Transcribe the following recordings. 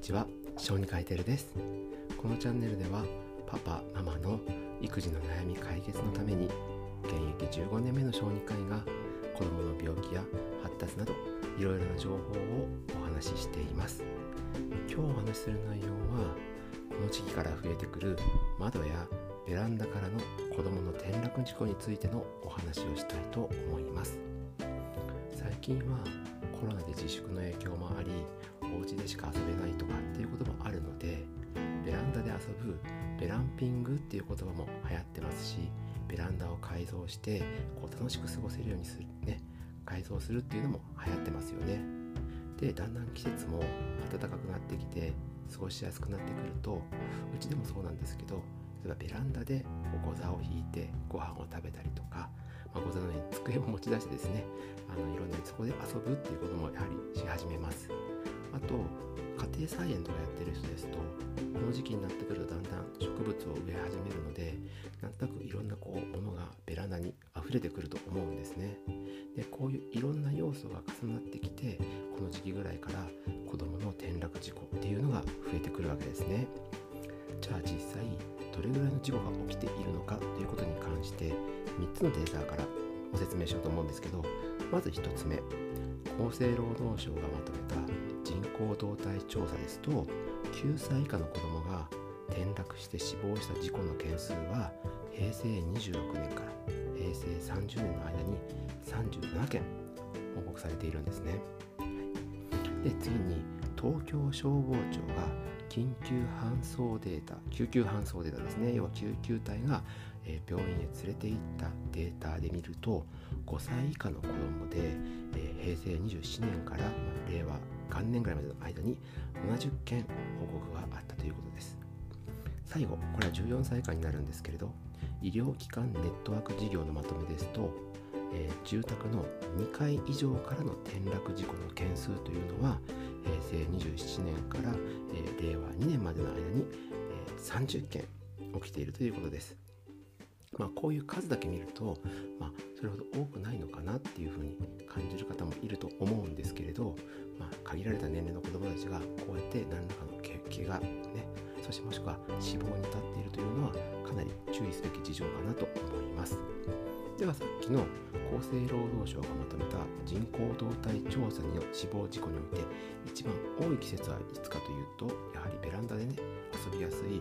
ちは、小児科医テルです。このチャンネルではパパママの育児の悩み解決のために現役15年目の小児科医が子どもの病気や発達などいろいろな情報をお話ししています。今日お話しする内容は、この時期から増えてくる窓やベランダからの子どもの転落事故についてのお話をしたいと思います。最近はコロナで自粛の影響もあり、お家でしか遊べないとかっていうこともあるので、ベランダで遊ぶベランピングっていう言葉も流行ってますし、ベランダを改造して楽しく過ごせるようにするね、改造するっていうのも流行ってますよね。で、だんだん季節も暖かくなってきて過ごしやすくなってくると、うちでもそうなんですけど、例えばベランダでご座を引いてご飯を食べたりとか、ご座の上に机を持ち出してですね、いろんなそこで遊ぶっていうこともやはりし始めます。あと、家庭菜園とかやってる人ですと、この時期になってくるとだんだん植物を植え始めるので、なんとなくいろんなものがベランダに溢れてくると思うんですね。で、こういういろんな要素が重なってきて、この時期ぐらいから子どもの転落事故っていうのが増えてくるわけですね。じゃあ実際どれぐらいの事故が起きているのかということに関して3つのデータからご説明しようと思うんですけど、まず1つ目、厚生労働省がまとめた人口動態調査ですと、9歳以下の子どもが転落して死亡した事故の件数は平成26年から平成30年の間に37件報告されているんですね。で、次に東京消防庁が救急搬送データですね、要は救急隊が病院へ連れて行ったデータで見ると、5歳以下の子どもで平成27年から令和元年ぐらいまでの間に70件報告があったということです。最後、これは14歳以下になるんですけれど、医療機関ネットワーク事業のまとめですと、住宅の2階以上からの転落事故の件数というのは平成27年から、令和2年までの間に、30件起きているということです。こういう数だけ見ると、それほど多くないのかなっていうふうに感じる方もいると思うんですけれど、限られた年齢の子どもたちがこうやって何らかの怪我ね、そしてもしくは死亡に至っているというのはかなり注意すべき事情かなと思います。では、さっきの厚生労働省がまとめた人口動態調査による死亡事故において一番多い季節はいつかというと、やはりベランダでね遊びやすい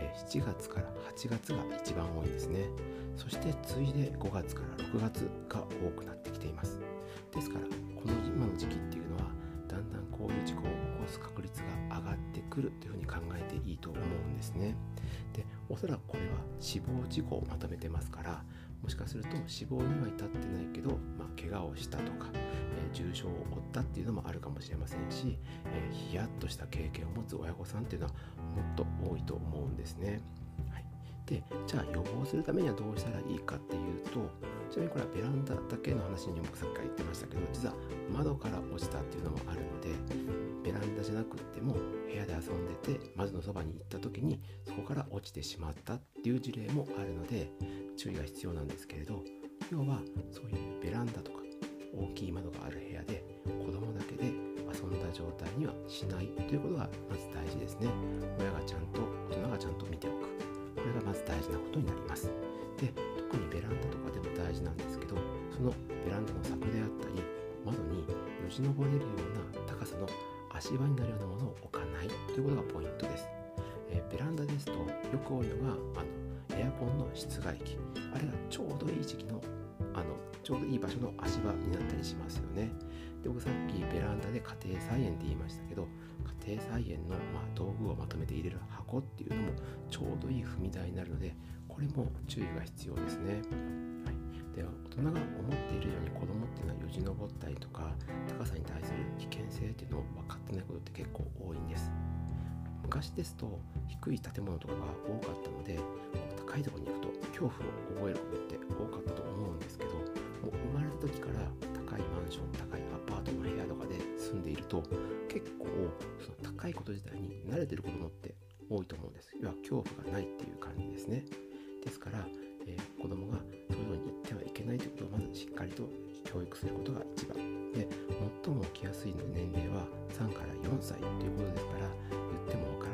7月から8月が一番多いんですね。そして次いで5月から6月が多くなってきています。ですから、この今の時期っていうのはだんだんこういう事故を起こす確率が上がってくるというふうに考えていいと思うんですね。で、おそらくこれは死亡事故をまとめてますから、もしかすると死亡には至ってないけど、怪我をしたとか、重傷を負ったっていうのもあるかもしれませんし、ヒヤッとした経験を持つ親御さんっていうのはもっと多いと思うんですね。で、じゃあ予防するためにはどうしたらいいかっていうと、ちなみにこれはベランダだけの話に僕さっきから言ってましたけど、実は窓から落ちたっていうのもあるので、ベランダじゃなくっても部屋で遊んでて窓のそばに行った時にそこから落ちてしまったっていう事例もあるので注意が必要なんですけれど、要はそういうベランダとか大きい窓がある部屋で子供だけで遊んだ状態にはしないということがまず大事ですね。大人がちゃんと見ておく、これがまず大事なことになります。で、特にベランダとかでも大事なんですけど、そのベランダの柵であったり窓によじ登れるような高さの足場になるようなものを置かないということがポイントです。ベランダですとよく多いのがエアコンの室外機、あれがちょうどいい時期のちょうどいい場所の足場になったりしますよね。で、僕さっきベランダで家庭菜園って言いましたけど、家庭菜園の道具をまとめて入れる箱っていうのもちょうどいい踏み台になるので、これも注意が必要ですね。では、大人が思っているように子供っていうのはよじ登ったりとか高さに対する危険性っていうのを分かってないことって結構多いんです。昔ですと低い建物とかが多かったので、高いところに行くと恐怖を覚えることって多かったと思うんですけど、もう生まれた時から高いマンション、高いアパートの部屋とかで住んでいると、結構その高いこと自体に慣れている子供って多いと思うんです。要は恐怖がないっていう感じですね。ですから、子供がそういうのに行ってはいけないということをまずしっかりと教育することが一番で、最も起きやすい年齢は3から4歳ということですから、言っ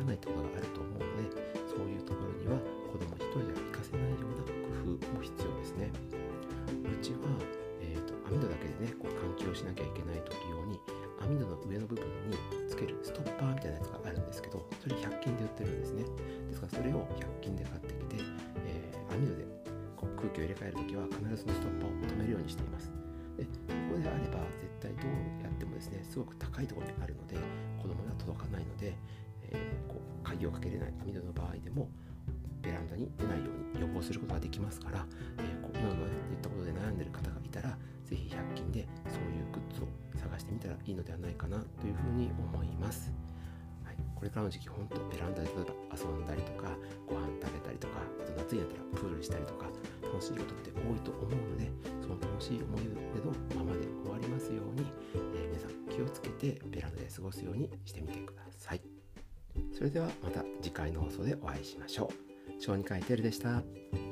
ないってことがあると思うので、そういうところには子供一人では活かせないような工夫も必要ですね。うちは、網戸だけでねこう換気をしなきゃいけない時用に網戸の上の部分につけるストッパーみたいなやつがあるんですけど、それ100均で売ってるんですね。ですからそれを100均で買ってきて、網戸でこう空気を入れ替えるときは必ずそのストッパーを止めるようにしています。でここであれば絶対どうやってもですねすごく高いところにあるので子供には届かないので、こう鍵をかけれない網戸の場合でもベランダに出ないように予防することができますから、こう今の言ったことで悩んでいる方がいたらぜひ100均でそういうグッズを探してみたらいいのではないかなというふうに思います。はい、これからの時期本当ベランダで例えば遊んだりとかご飯食べたりとか、あと夏になったらプールしたりとか楽しいことって多いと思うので、その楽しい思い出のままで終わりますように、皆さん気をつけてベランダで過ごすようにしてみてください。それではまた次回の放送でお会いしましょう。小児科医テルでした。